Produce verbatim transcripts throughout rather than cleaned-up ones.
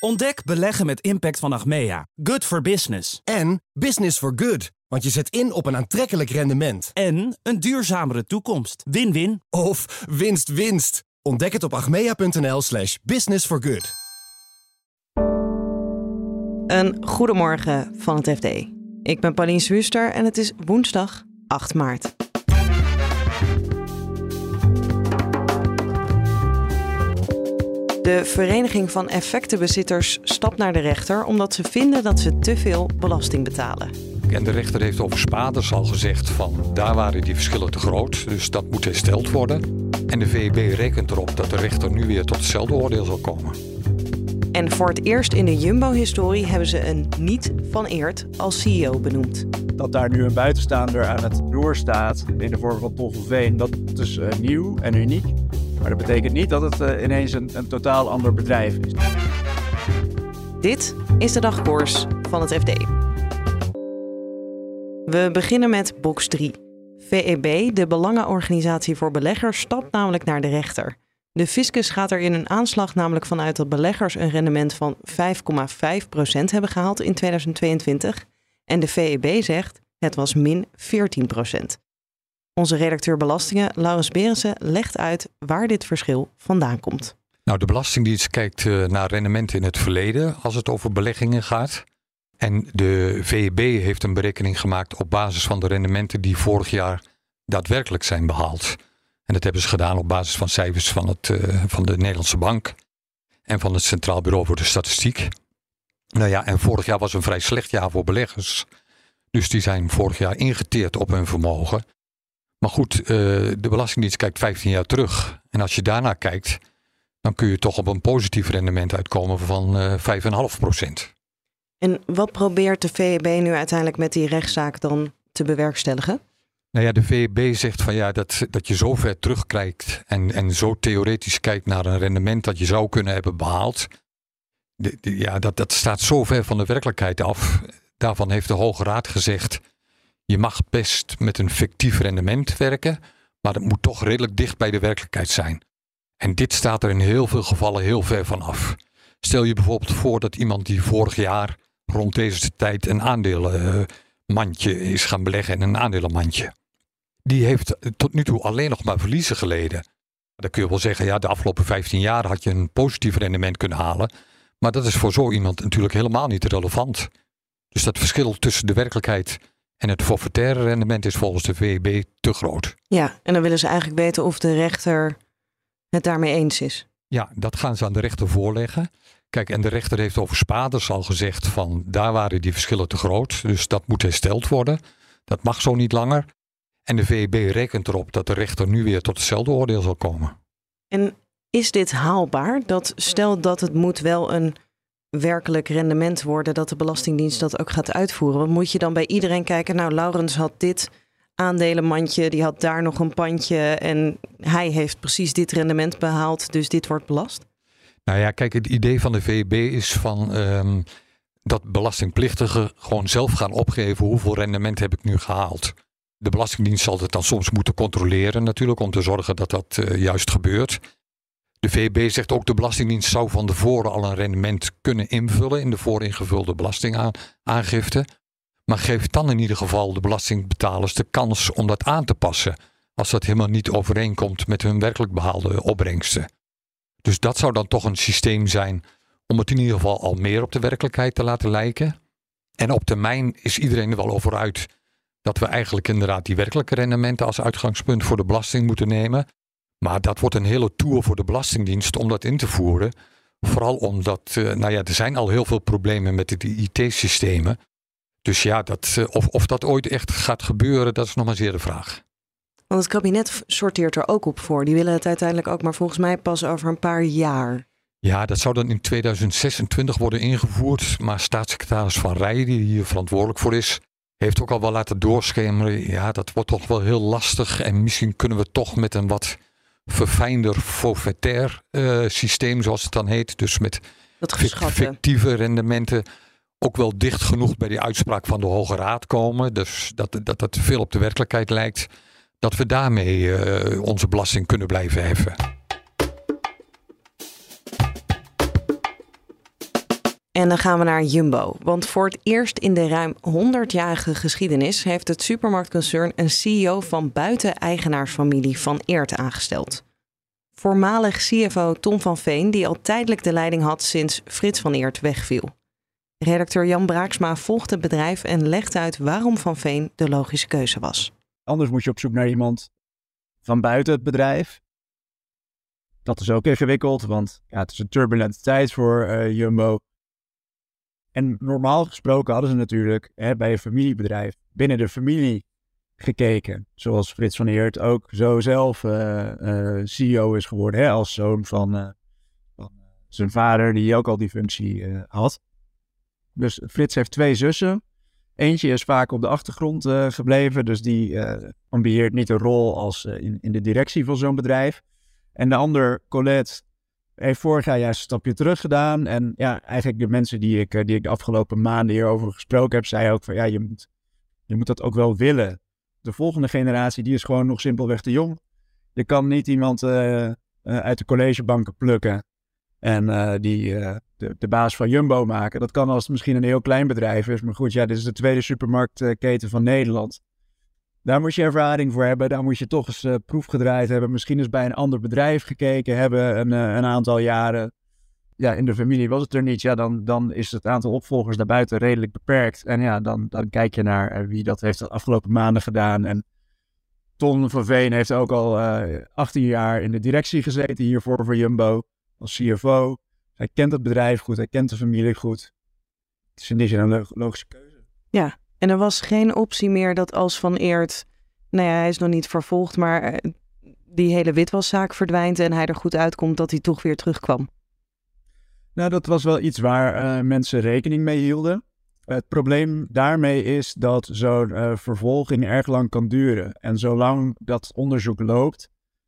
Ontdek beleggen met impact van Achmea. Good for business. En business for good. Want je zet in op een aantrekkelijk rendement. En een duurzamere toekomst. Win-win. Of winst, winst. Ontdek het op achmea.nl slash business for good. Een goedemorgen van het F D. Ik ben Paulien Swuster en het is woensdag acht maart. De Vereniging van Effectenbezitters stapt naar de rechter omdat ze vinden dat ze te veel belasting betalen. En de rechter heeft over spaarders al gezegd van daar waren die verschillen te groot, dus dat moet hersteld worden. En de V E B rekent erop dat de rechter nu weer tot hetzelfde oordeel zal komen. En voor het eerst in de Jumbo-historie hebben ze een niet van Eert als C E O benoemd. Dat daar nu een buitenstaander aan het roer staat in de vorm van Ton van Veen, dat is uh, nieuw en uniek. Maar dat betekent niet dat het uh, ineens een, een totaal ander bedrijf is. Dit is de dagkoers van het F D. We beginnen met box drie. V E B, de Belangenorganisatie voor Beleggers, stapt namelijk naar de rechter. De fiscus gaat er in een aanslag namelijk vanuit dat beleggers een rendement van vijf komma vijf procent hebben gehaald in tweeduizend tweeëntwintig. En de V E B zegt het was min veertien procent. Onze redacteur Belastingen, Laurens Berensen, legt uit waar dit verschil vandaan komt. Nou, de Belastingdienst kijkt uh, naar rendementen in het verleden als het over beleggingen gaat. En de V E B heeft een berekening gemaakt op basis van de rendementen die vorig jaar daadwerkelijk zijn behaald. En dat hebben ze gedaan op basis van cijfers van, het, uh, van de Nederlandse Bank en van het Centraal Bureau voor de Statistiek. Nou ja, en vorig jaar was een vrij slecht jaar voor beleggers. Dus die zijn vorig jaar ingeteerd op hun vermogen. Maar goed, uh, de Belastingdienst kijkt vijftien jaar terug. En als je daarna kijkt, dan kun je toch op een positief rendement uitkomen van uh, vijf komma vijf procent. En wat probeert de V E B nu uiteindelijk met die rechtszaak dan te bewerkstelligen? Nou ja, de V E B zegt van ja, dat, dat je zo ver terugkijkt en, en zo theoretisch kijkt naar een rendement dat je zou kunnen hebben behaald. De, de, ja, dat, dat staat zo ver van de werkelijkheid af. Daarvan heeft de Hoge Raad gezegd, je mag best met een fictief rendement werken, maar het moet toch redelijk dicht bij de werkelijkheid zijn. En dit staat er in heel veel gevallen heel ver van af. Stel je bijvoorbeeld voor dat iemand die vorig jaar rond deze tijd een aandelenmandje is gaan beleggen in een aandelenmandje. Die heeft tot nu toe alleen nog maar verliezen geleden. Dan kun je wel zeggen, ja, de afgelopen vijftien jaar had je een positief rendement kunnen halen. Maar dat is voor zo iemand natuurlijk helemaal niet relevant. Dus dat verschil tussen de werkelijkheid en het forfaitaire rendement is volgens de V E B te groot. Ja, en dan willen ze eigenlijk weten of de rechter het daarmee eens is. Ja, dat gaan ze aan de rechter voorleggen. Kijk, en de rechter heeft over spaarders al gezegd van daar waren die verschillen te groot. Dus dat moet hersteld worden. Dat mag zo niet langer. En de V E B rekent erop dat de rechter nu weer tot hetzelfde oordeel zal komen. En is dit haalbaar? Dat stel dat het moet wel een werkelijk rendement worden, dat de Belastingdienst dat ook gaat uitvoeren. Want moet je dan bij iedereen kijken, nou, Laurens had dit aandelenmandje, die had daar nog een pandje en hij heeft precies dit rendement behaald, dus dit wordt belast? Nou ja, kijk, het idee van de V E B is van um, dat belastingplichtigen gewoon zelf gaan opgeven hoeveel rendement heb ik nu gehaald. De Belastingdienst zal het dan soms moeten controleren natuurlijk om te zorgen dat dat uh, juist gebeurt. De V E B zegt ook de Belastingdienst zou van tevoren al een rendement kunnen invullen in de vooringevulde belastingaangifte. Maar geeft dan in ieder geval de belastingbetalers de kans om dat aan te passen als dat helemaal niet overeenkomt met hun werkelijk behaalde opbrengsten. Dus dat zou dan toch een systeem zijn om het in ieder geval al meer op de werkelijkheid te laten lijken. En op termijn is iedereen er wel over uit dat we eigenlijk inderdaad die werkelijke rendementen als uitgangspunt voor de belasting moeten nemen. Maar dat wordt een hele tour voor de Belastingdienst om dat in te voeren. Vooral omdat, uh, nou ja, er zijn al heel veel problemen met de I T-systemen. Dus ja, dat, uh, of, of dat ooit echt gaat gebeuren, dat is nog maar zeer de vraag. Want het kabinet sorteert er ook op voor. Die willen het uiteindelijk ook, maar volgens mij pas over een paar jaar. Ja, dat zou dan in tweeduizend zesentwintig worden ingevoerd. Maar staatssecretaris Van Rij, die hier verantwoordelijk voor is, heeft ook al wel laten doorschemeren. Ja, dat wordt toch wel heel lastig. En misschien kunnen we toch met een wat verfijnder forfaitair uh, systeem, zoals het dan heet. Dus met fictieve rendementen ook wel dicht genoeg bij die uitspraak van de Hoge Raad komen. Dus dat dat, dat veel op de werkelijkheid lijkt. Dat we daarmee uh, onze belasting kunnen blijven heffen. En dan gaan we naar Jumbo. Want voor het eerst in de ruim honderdjarige geschiedenis heeft het supermarktconcern een C E O van buiten eigenaarsfamilie Van Eert aangesteld. Voormalig C F O Tom van Veen, die al tijdelijk de leiding had sinds Frits van Eert wegviel. Redacteur Jan Braaksma volgt het bedrijf en legt uit waarom Van Veen de logische keuze was. Anders moet je op zoek naar iemand van buiten het bedrijf. Dat is ook ingewikkeld, want ja, het is een turbulente tijd voor uh, Jumbo. En normaal gesproken hadden ze natuurlijk hè, bij een familiebedrijf binnen de familie gekeken. Zoals Frits van Eert ook zo zelf uh, uh, C E O is geworden hè, als zoon van, uh, van zijn vader die ook al die functie uh, had. Dus Frits heeft twee zussen. Eentje is vaak op de achtergrond uh, gebleven, dus die uh, ambieert niet een rol als uh, in, in de directie van zo'n bedrijf. En de ander, Colette, heeft vorig jaar juist een stapje terug gedaan. En ja, eigenlijk de mensen die ik, uh, die ik de afgelopen maanden hierover gesproken heb, zei ook van ja, je moet, je moet dat ook wel willen. De volgende generatie, die is gewoon nog simpelweg te jong. Je kan niet iemand uh, uh, uit de collegebanken plukken en uh, die uh, de, de baas van Jumbo maken. Dat kan als het misschien een heel klein bedrijf is. Maar goed, ja, dit is de tweede supermarktketen van Nederland. Daar moet je ervaring voor hebben. Daar moet je toch eens uh, proef gedraaid hebben. Misschien eens bij een ander bedrijf gekeken hebben een, uh, een aantal jaren. Ja, in de familie was het er niet. Ja, dan, dan is het aantal opvolgers daarbuiten redelijk beperkt. En ja, dan, dan kijk je naar uh, wie dat heeft de afgelopen maanden gedaan. En Ton van Veen heeft ook al uh, achttien jaar in de directie gezeten hiervoor voor Jumbo. Als C F O. Hij kent het bedrijf goed. Hij kent de familie goed. Het is in die zin een logische keuze. Ja, en er was geen optie meer dat als Van Eert, nou ja, hij is nog niet vervolgd, maar uh, die hele witwaszaak verdwijnt en hij er goed uitkomt dat hij toch weer terugkwam. Nou, dat was wel iets waar uh, mensen rekening mee hielden. Het probleem daarmee is dat zo'n uh, vervolging erg lang kan duren. En zolang dat onderzoek loopt,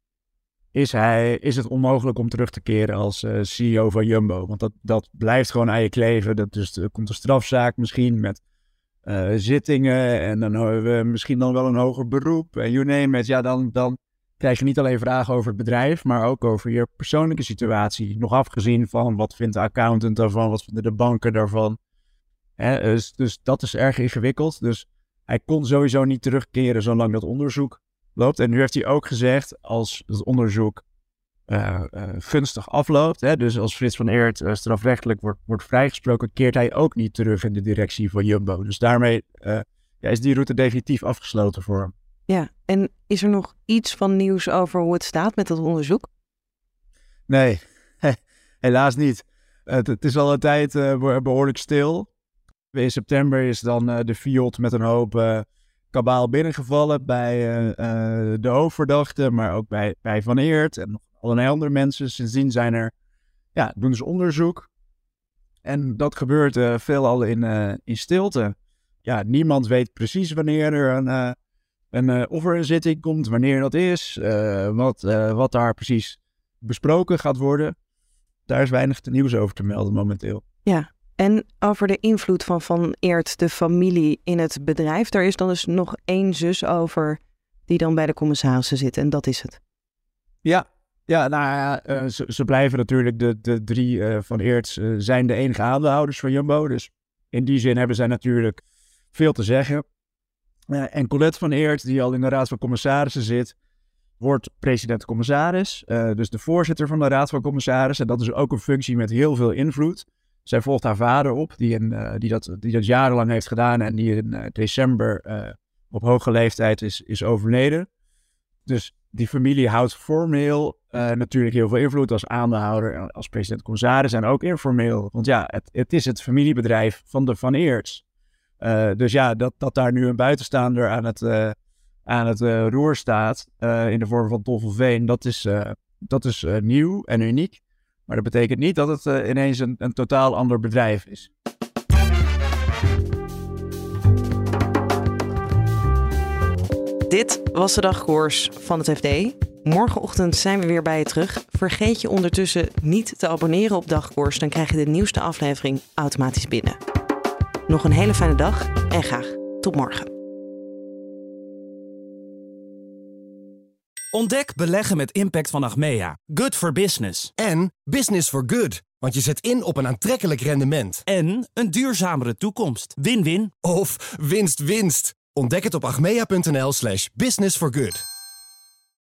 is, hij, is het onmogelijk om terug te keren als uh, C E O van Jumbo. Want dat, dat blijft gewoon aan je kleven. Dat dus, er komt een strafzaak misschien met uh, zittingen en dan hebben we misschien dan wel een hoger beroep. En you name it. Ja, dan, dan krijg je niet alleen vragen over het bedrijf, maar ook over je persoonlijke situatie. Nog afgezien van wat vindt de accountant daarvan, wat vinden de banken daarvan. Hè, dus, dus dat is erg ingewikkeld. Dus hij kon sowieso niet terugkeren zolang dat onderzoek loopt. En nu heeft hij ook gezegd, als het onderzoek uh, uh, gunstig afloopt, hè, dus als Frits van Eert uh, strafrechtelijk wordt, wordt vrijgesproken, keert hij ook niet terug in de directie van Jumbo. Dus daarmee uh, ja, is die route definitief afgesloten voor hem. Ja, en is er nog iets van nieuws over hoe het staat met dat onderzoek? Nee, helaas niet. Uh, het, het is al een tijd uh, behoorlijk stil. In september is dan uh, de Fiat met een hoop uh, kabaal binnengevallen bij uh, uh, de hoofdverdachte, maar ook bij, bij Van Eert en nog allerlei andere mensen. Sindsdien zijn er, ja, doen ze onderzoek. En dat gebeurt uh, veelal in, uh, in stilte. Ja, niemand weet precies wanneer er een, uh, een uh, of er een zitting komt, wanneer dat is, uh, wat, uh, wat daar precies besproken gaat worden. Daar is weinig te nieuws over te melden momenteel. Ja. En over de invloed van Van Eert, de familie in het bedrijf. Daar is dan dus nog één zus over die dan bij de commissarissen zit. En dat is het. Ja, ja nou ja, uh, ze, ze blijven natuurlijk, de, de drie uh, Van Eerts uh, zijn de enige aandeelhouders van Jumbo. Dus in die zin hebben zij natuurlijk veel te zeggen. Uh, en Colette Van Eert, die al in de Raad van Commissarissen zit, wordt president-commissaris. Uh, dus de voorzitter van de Raad van Commissarissen. En dat is ook een functie met heel veel invloed. Zij volgt haar vader op, die, in, uh, die, dat, die dat jarenlang heeft gedaan en die in uh, december uh, op hoge leeftijd is, is overleden. Dus die familie houdt formeel uh, natuurlijk heel veel invloed als aandeelhouder, als president-commissaris en ook informeel. Want ja, het, het is het familiebedrijf van de Van Eerts. Uh, dus ja, dat, dat daar nu een buitenstaander aan het, uh, aan het uh, roer staat uh, in de vorm van Ton van Veen, dat is, uh, dat is uh, nieuw en uniek. Maar dat betekent niet dat het uh, ineens een, een totaal ander bedrijf is. Dit was de dagkoers van het F D. Morgenochtend zijn we weer bij je terug. Vergeet je ondertussen niet te abonneren op Dagkoers. Dan krijg je de nieuwste aflevering automatisch binnen. Nog een hele fijne dag en graag tot morgen. Ontdek beleggen met impact van Achmea. Good for business. En Business for Good. Want je zet in op een aantrekkelijk rendement. En een duurzamere toekomst. Win-win. Of winst, winst. Ontdek het op achmea punt n l slash business for good.